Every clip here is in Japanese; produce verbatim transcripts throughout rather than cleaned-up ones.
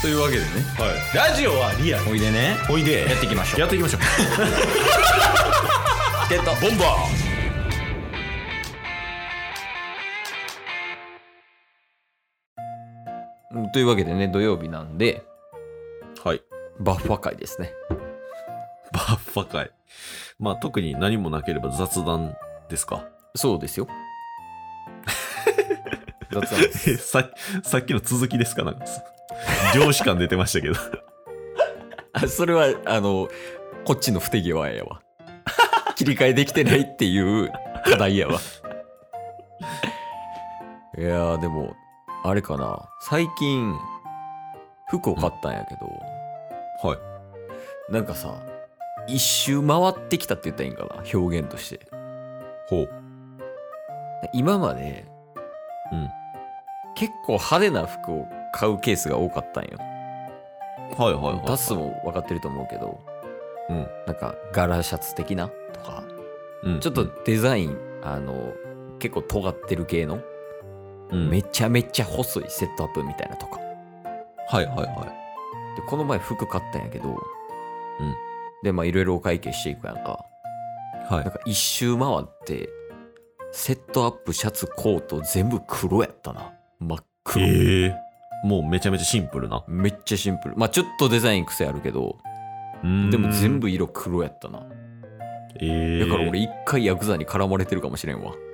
というわけでね、 はい、ラジオはリアル。 おいでね、 おいでやっていきましょう。 やっていきましょうゲットボンバー。というわけでね、土曜日なんで、 はい、 バッファ会ですね。 バッファ会。まあ特に何もなければ雑談ですか。 そうですよ。雑談です。 さ, さっきの続きですか。なんか上司感出てましたけどあ、それはあのこっちの不手際やわ。切り替えできてないっていう課題やわ。いやーでもあれかな、最近服を買ったんやけど、 うん、はい。 なんかさ、一周回ってきたって言ったらいいんかな、表現として。 ほう。 今まで、 うん、 結構派手な服を買うケースが多かったんよ。 はいはいはい、はい。 タスも分かってると思うけど、 うん、 なんか柄シャツ的なとか、 うん、 ちょっとデザインあの結構尖ってる系の、 うん、 めちゃめちゃ細いセットアップみたいなとか。 はいはいはい。 でこの前服買ったんやけど、 うん、 でまあいろいろお会計していくやんか。 はい。 なんか一周回ってセットアップシャツコート全部黒やったな。真っ黒。 えー、もうめちゃめちゃシンプルな。 めっちゃシンプル。まあちょっとデザイン癖あるけど、でも全部色黒やったな。 えー、 だから俺一回ヤクザに絡まれてるかもしれんわ。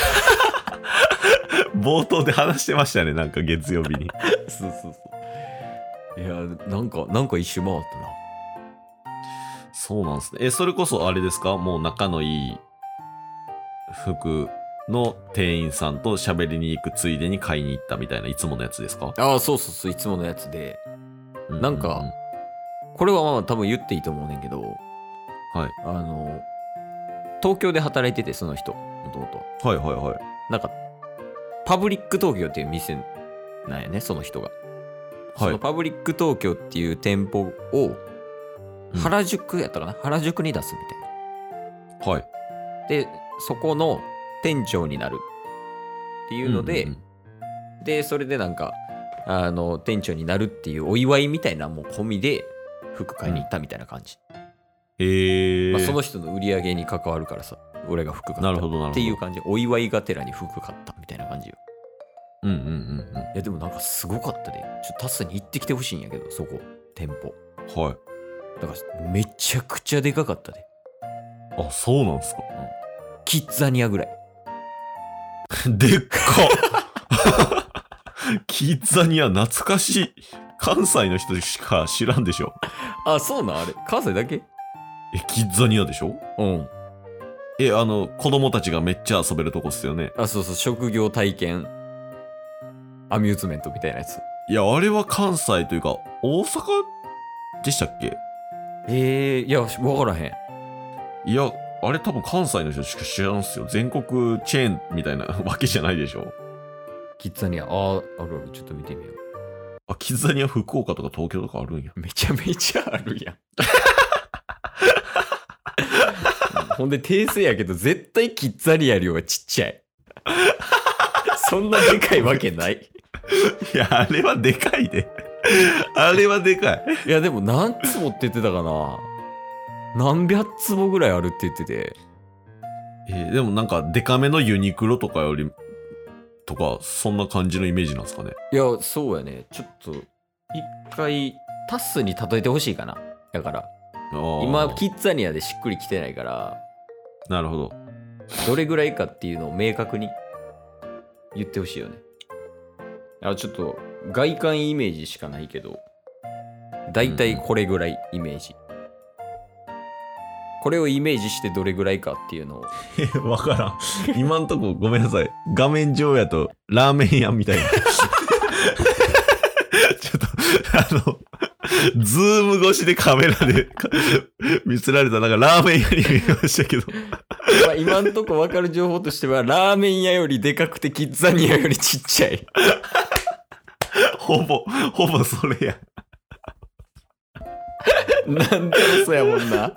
冒頭で話してましたね、なんか月曜日に。 そうそうそう。いや、なんかなんか一周回ったな。 そうなんですね。え、それこそあれですか、もう仲のいい服の店員さんと喋りに行くついでに買いに行ったみたいないつものやつですか。 ああ、そうそうそう、いつものやつで、 うんうんうん、 なんかこれはまあ多分言っていいと思うねんけど、 はい、 あの東京で働いてて、その人もともとはいはいはい。 なんかパブリック東京っていう店なんやね、その人が。はい、そのパブリック東京っていう店舗を原宿やったかな、うん、原宿に出すみたいな。 はい。 でそこの店長になるっていうので、うんうんうん、でそれでなんかあの店長になるっていうお祝いみたいなもう込みで服買いに行ったみたいな感じ。 へ、うん、えー、 まあ、その人の売り上げに関わるからさ、俺が服買ったっていう感じ。お祝いがてらに服買ったみたいな感じよ。 うんうんうんうん。 いやでもなんかすごかったで。ちょっとタスに行ってきてほしいんやけど、そこ店舗。 はい。 だからめちゃくちゃでかかったで。 あ、そうなんすか。うん、 キッザニアぐらい。 でっかキッザニア懐かしい。関西の人しか知らんでしょ。 あ、そうなん、あれ関西だけ。 え、キッザニアでしょ。 うん。 え、あの子供たちがめっちゃ遊べるとこっすよね。 あ、そうそう、職業体験アミューズメントみたいなやつ。 いや、あれは関西というか大阪でしたっけ。 えー、いや分からへん。いや、あれ多分関西の人しか知らんすよ。全国チェーンみたいなわけじゃないでしょ。 キッザニア、あー、あるある、ちょっと見てみよう。 あ、キッザニア福岡とか東京とかあるんや。 めちゃめちゃあるやん。ほんで訂正やけど絶対キッザニアよりはちっちゃい。そんなでかいわけない。 いや、あれはでかいで。あれはでかい。 いやでも何坪って言ってたかな。何百坪ぐらいあるって言ってて。 えー、でもなんかデカめのユニクロとかよりとかそんな感じのイメージなんですかね。 いやそうやね。ちょっと一回タッスに例えてほしいかな。だから今キッザニアでしっくりきてないから。 なるほど。 どれぐらいかっていうのを明確に言ってほしいよね。あ、ちょっと外観イメージしかないけど、だいたいこれぐらいイメージ、うん、これをイメージしてどれぐらいかっていうのを。 え、わからん。今んとこごめんなさい。画面上やとラーメン屋みたいな。ちょっとあのズーム越しでカメラで見せられたなんかラーメン屋に見えましたけど。 まあ今んとこ分かる情報としてはラーメン屋よりでかくてキッザニアよりちっちゃい。 ほぼほぼそれや。 なんでもそうやもんな。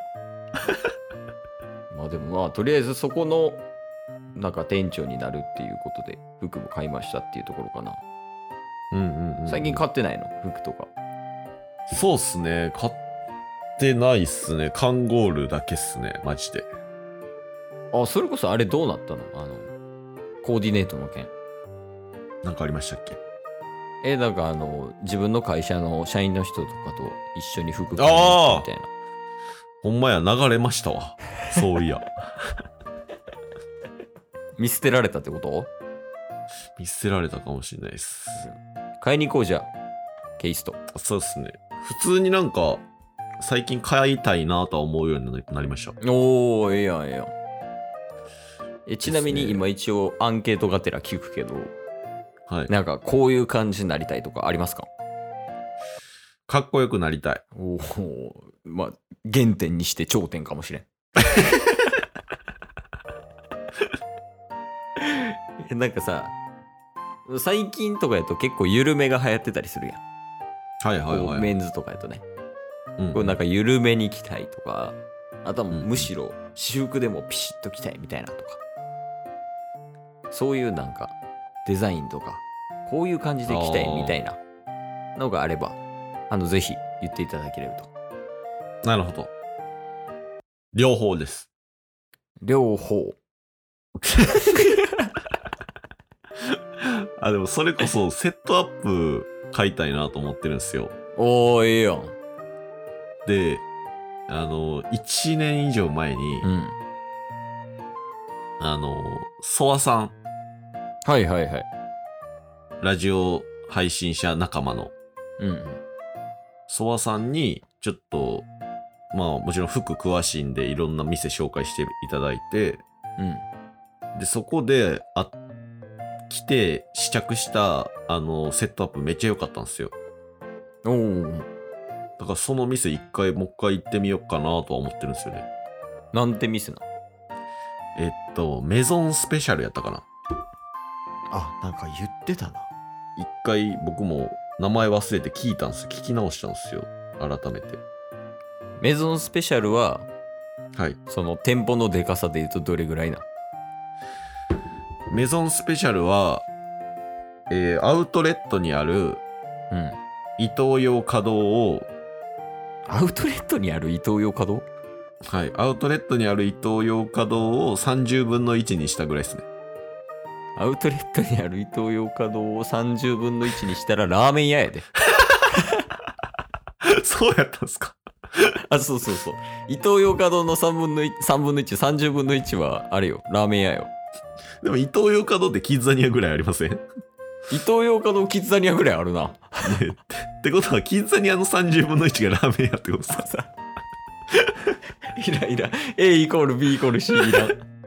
まあでもまあとりあえずそこのなんか店長になるっていうことで服も買いましたっていうところかな。 うんうんうん、 最近買ってないの服とか。 そうっすね。買ってないっすね。カンゴールだけっすね。マジで。 あ、それこそあれどうなったの？あの、コーディネートの件。 なんかありましたっけ？ え、なんかあの、自分の会社の社員の人とかと一緒に服買いに行ったみたいな。 ほんまや、流れましたわ。そういや。 見捨てられたってこと？ 見捨てられたかもしれないです。 買いに行こうじゃあ。ケイスト。 そうですね。普通になんか、最近買いたいなとは思うようになりました。 おー、ええやん、ええやん。え、ちなみに今一応アンケートがてら聞くけど、 はい。 なんかこういう感じになりたいとかありますか？ かっこよくなりたい。 おお、まあ、原点にして頂点かもしれん。えなんかさ、最近とかやと結構緩めが流行ってたりするやん。 はいはいはい。 こうメンズとかやとね。 うんこうなんか緩めに着たいとか、あとはうんむしろ私服でもピシッと着たいみたいなとか。そういうなんかデザインとか、こういう感じで着たいみたいなのがあれば、あの、ぜひ言っていただければと。 なるほど。両方です。 両方。 あ、でもそれこそセットアップ買いたいなと思ってるんですよ。 おー、ええやん。 で、あの、いちねん以上前に、 うん。 あの、ソワさん、 はいはいはい。 ラジオ配信者仲間のうんうん。 ソワさんに、ちょっと、まあもちろん服詳しいんでいろんな店紹介していただいて、 うん。 で、そこで、あ、来て試着したあのセットアップめっちゃ良かったんですよ。 おー。 だからその店一回もう一回行ってみようかなとは思ってるんですよね。 なんて店な。 えっと、メゾンスペシャルやったかな。 あ、なんか言ってたな。 一回僕も名前忘れて聞いたんですよ。聞き直したんですよ。改めて。 メゾンスペシャルは、 はい。 その店舗のでかさで言うとどれぐらいな。 メゾンスペシャルは、えーアウトレットにあるうん。 イトーヨーカドーを、 アウトレットにあるイトーヨーカドー？ はい。アウトレットにあるイトーヨーカドーをさんじゅうぶんのいちにしたぐらいですね。 アウトレットにあるイトーヨーカドーをさんじゅうぶんのいちにしたらラーメン屋やで。 そうやったんすか？ あ、そうそうそう。イトーヨーカドーのさんぶんのいち、さんぶんのいち、さんじゅうぶんのいちはあれよ。ラーメン屋よ。 でもイトーヨーカドーってキッザニアぐらいありません？ イトーヨーカドーキッザニアぐらいあるな。 ね、ってことはキッザニアのさんじゅうぶんのいちがラーメン屋ってことさ。 いらんいらん。A イコール B イコール C いらん。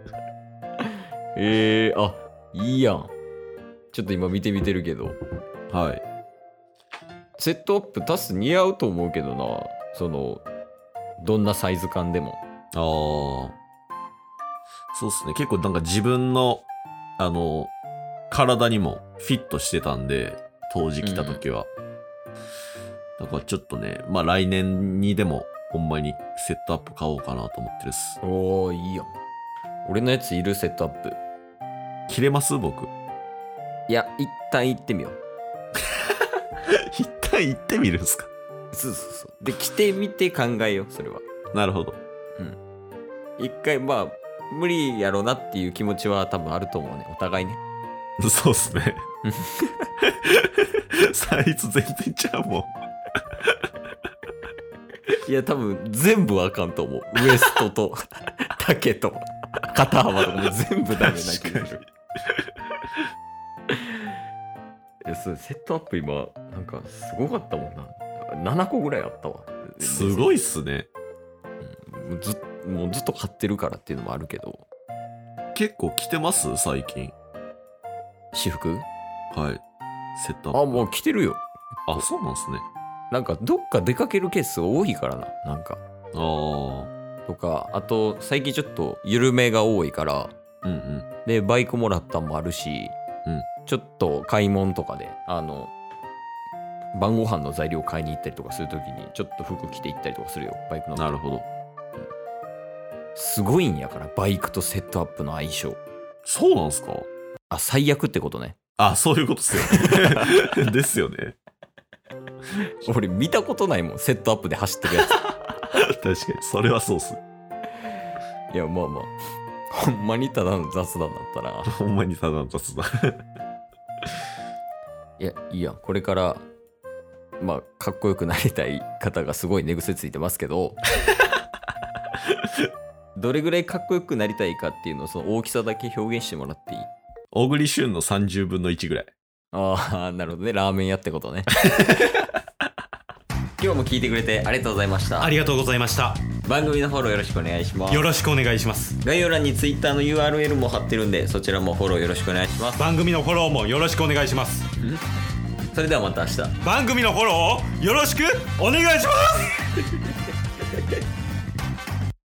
えー、あ、いいやん。ちょっと今見てみてるけど。 はい。 セットアップタス似合うと思うけどな。その、どんなサイズ感でも。 ああ。そうっすね。結構なんか自分の、あの、体にもフィットしてたんで、当時来た時は。だからちょっとね、まあ来年にでもほんまにセットアップ買おうかなと思ってるっす。 おー、いいやん。俺のやついるセットアップ。 切れます僕。 いや、一旦行ってみよう。 一旦行ってみるんすか？ そうそうそう。で、着てみて考えよう、それは。 なるほど。 一回、まあ、無理やろなっていう気持ちは多分あると思うね。お互いね。 そうっすね。サイズ全然ちゃうもん。 いや、多分全部あかんと思う。ウエストと丈と肩幅とかも全部ダメな気がする。いや、そうセットアップ今、なんかすごかったもんな。ななこぐらいあったわ。 すごいっすね。 うんもうずもうずっと買ってるからっていうのもあるけど。 結構着てます最近。 私服？ はい。セットアップ。 あ、もう着てるよ。 あ、そうなんすね。 なんかどっか出かけるケース多いからな。なんか。 ああ。 とか、あと最近ちょっと緩めが多いから、 うんうん。 で、バイクもらったんもあるし、 うんちょっと買い物とかで、あの、晩ご飯の材料買いに行ったりとかするときに、ちょっと服着て行ったりとかするよ、バイクの。 なるほど。 すごいんやから、バイクとセットアップの相性。 そうなんすか？ あ、最悪ってことね。 あ、そういうことっすよね。ですよね。 俺見たことないもん、セットアップで走ってるやつ。 確かに、それはそうっす。 いや、まあまあ、ほんまにただの雑談だったな。 ほんまにただの雑談。 いや、いいやん。これから、まあ、かっこよくなりたい方がすごい寝癖ついてますけど、どれぐらいかっこよくなりたいかっていうのを、その大きさだけ表現してもらっていい？ 小栗旬のさんじゅうぶんのいちぐらい。 ああ、なるほどね。ラーメン屋ってことね。今日も聞いてくれてありがとうございました。 ありがとうございました。 番組のフォローよろしくお願いします。 よろしくお願いします。 概要欄に Twitter の ユーアールエル も貼ってるんで、そちらもフォローよろしくお願いします。 番組のフォローもよろしくお願いします。 それではまた明日。 番組のフォローをよろしくお願いします。